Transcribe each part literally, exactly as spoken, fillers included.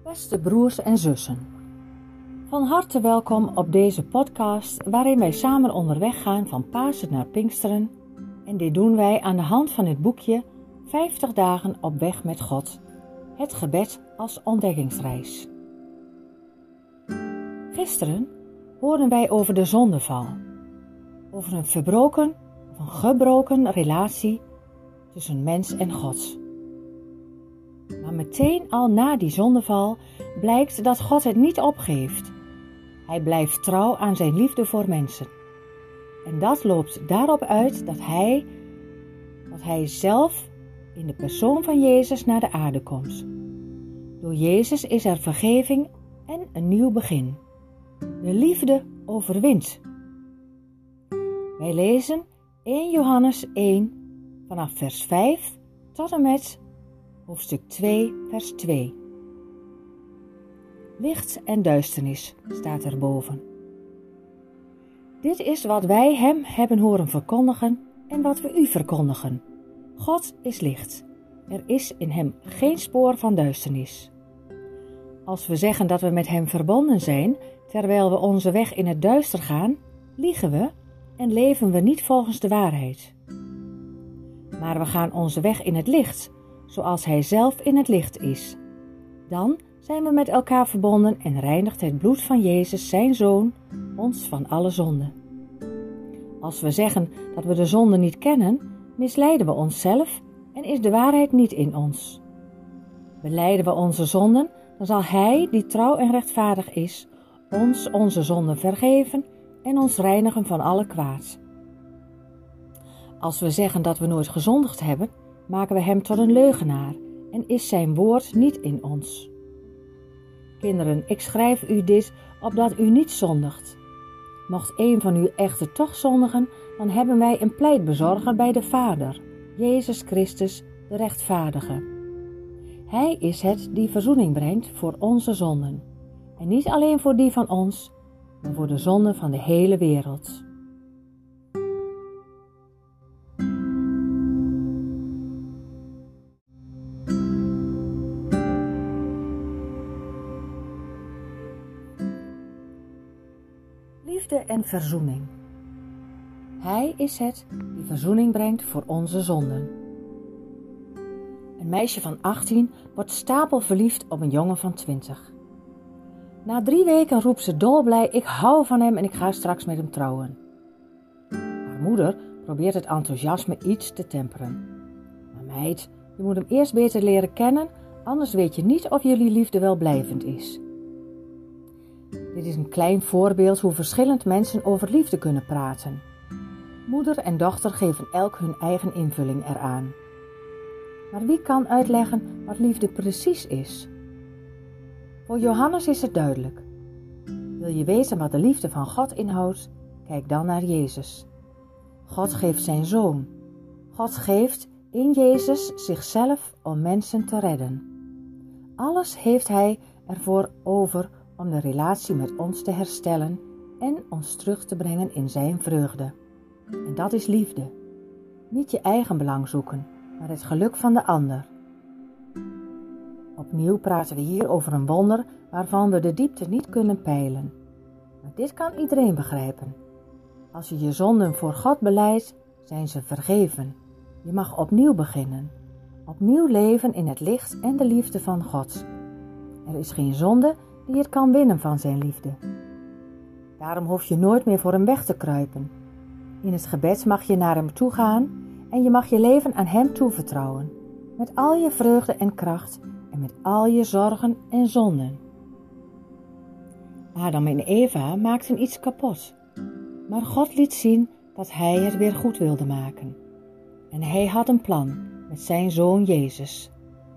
Beste broers en zussen, van harte welkom op deze podcast waarin wij samen onderweg gaan van Pasen naar Pinksteren. En dit doen wij aan de hand van het boekje vijftig dagen op weg met God, het gebed als ontdekkingsreis. Gisteren hoorden wij over de zondeval, over een verbroken of een gebroken relatie tussen mens en God. Maar meteen al na die zondeval blijkt dat God het niet opgeeft. Hij blijft trouw aan zijn liefde voor mensen. En dat loopt daarop uit dat hij, dat hij zelf in de persoon van Jezus naar de aarde komt. Door Jezus is er vergeving en een nieuw begin. De liefde overwint. Wij lezen eerste Johannes één vanaf vers vijf tot en met hoofdstuk twee, vers twee. Licht en duisternis staat erboven. Dit is wat wij hem hebben horen verkondigen en wat we u verkondigen. God is licht. Er is in hem geen spoor van duisternis. Als we zeggen dat we met hem verbonden zijn, terwijl we onze weg in het duister gaan, liegen we en leven we niet volgens de waarheid. Maar we gaan onze weg in het licht, zoals hij zelf in het licht is. Dan zijn we met elkaar verbonden en reinigt het bloed van Jezus, zijn Zoon, ons van alle zonde. Als we zeggen dat we de zonde niet kennen, misleiden we onszelf en is de waarheid niet in ons. Belijden we onze zonden, dan zal hij, die trouw en rechtvaardig is, ons onze zonden vergeven en ons reinigen van alle kwaad. Als we zeggen dat we nooit gezondigd hebben, maken we hem tot een leugenaar en is zijn woord niet in ons. Kinderen, ik schrijf u dit opdat u niet zondigt. Mocht een van u echter toch zondigen, dan hebben wij een pleitbezorger bij de Vader, Jezus Christus, de rechtvaardige. Hij is het die verzoening brengt voor onze zonden. En niet alleen voor die van ons, maar voor de zonden van de hele wereld. Liefde en verzoening. Hij is het die verzoening brengt voor onze zonden. Een meisje van achttien wordt stapelverliefd op een jongen van twintig. Na drie weken roept ze dolblij: ik hou van hem en ik ga straks met hem trouwen. Haar moeder probeert het enthousiasme iets te temperen. Maar meid, je moet hem eerst beter leren kennen, anders weet je niet of jullie liefde wel blijvend is. Dit is een klein voorbeeld hoe verschillend mensen over liefde kunnen praten. Moeder en dochter geven elk hun eigen invulling eraan. Maar wie kan uitleggen wat liefde precies is? Voor Johannes is het duidelijk. Wil je weten wat de liefde van God inhoudt? Kijk dan naar Jezus. God geeft zijn Zoon. God geeft in Jezus zichzelf om mensen te redden. Alles heeft hij ervoor over om de relatie met ons te herstellen en ons terug te brengen in zijn vreugde. En dat is liefde. Niet je eigen belang zoeken, maar het geluk van de ander. Opnieuw praten we hier over een wonder waarvan we de diepte niet kunnen peilen. Maar dit kan iedereen begrijpen. Als je je zonden voor God belijdt, zijn ze vergeven. Je mag opnieuw beginnen. Opnieuw leven in het licht en de liefde van God. Er is geen zonde die het kan winnen van zijn liefde. Daarom hoef je nooit meer voor hem weg te kruipen. In het gebed mag je naar hem toe gaan en je mag je leven aan hem toevertrouwen. Met al je vreugde en kracht en met al je zorgen en zonden. Adam en Eva maakten iets kapot. Maar God liet zien dat hij het weer goed wilde maken. En hij had een plan met zijn Zoon Jezus.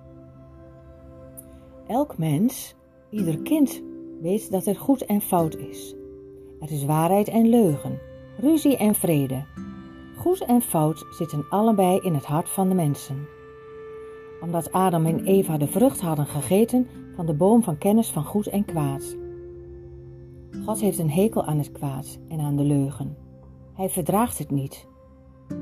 Elk mens, ieder kind, weet dat er goed en fout is. Er is waarheid en leugen, ruzie en vrede. Goed en fout zitten allebei in het hart van de mensen. Omdat Adam en Eva de vrucht hadden gegeten van de boom van kennis van goed en kwaad. God heeft een hekel aan het kwaad en aan de leugen. Hij verdraagt het niet.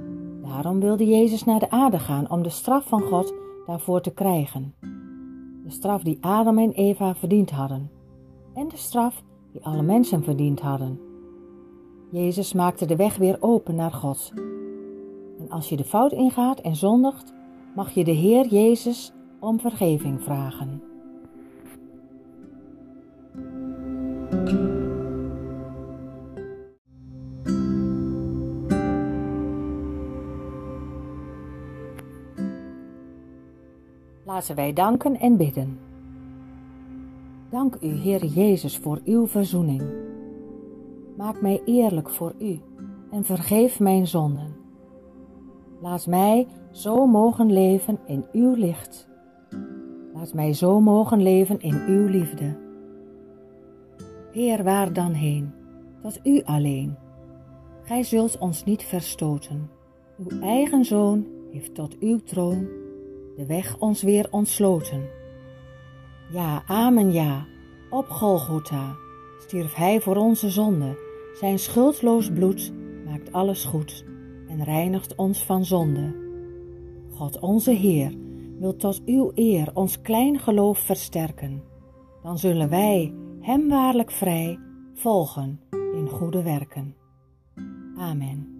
Daarom wilde Jezus naar de aarde gaan om de straf van God daarvoor te krijgen. De straf die Adam en Eva verdiend hadden en de straf die alle mensen verdiend hadden. Jezus maakte de weg weer open naar God. En als je de fout ingaat en zondigt, mag je de Heer Jezus om vergeving vragen. Laten wij danken en bidden. Dank u, Heer Jezus, voor uw verzoening. Maak mij eerlijk voor u en vergeef mijn zonden. Laat mij zo mogen leven in uw licht. Laat mij zo mogen leven in uw liefde. Heer, waar dan heen? Tot u alleen. Gij zult ons niet verstoten. Uw eigen Zoon heeft tot uw troon de weg ons weer ontsloten. Ja, amen, ja, op Golgotha stierf hij voor onze zonde. Zijn schuldloos bloed maakt alles goed en reinigt ons van zonde. God onze Heer wil tot uw eer ons klein geloof versterken. Dan zullen wij hem waarlijk vrij volgen in goede werken. Amen.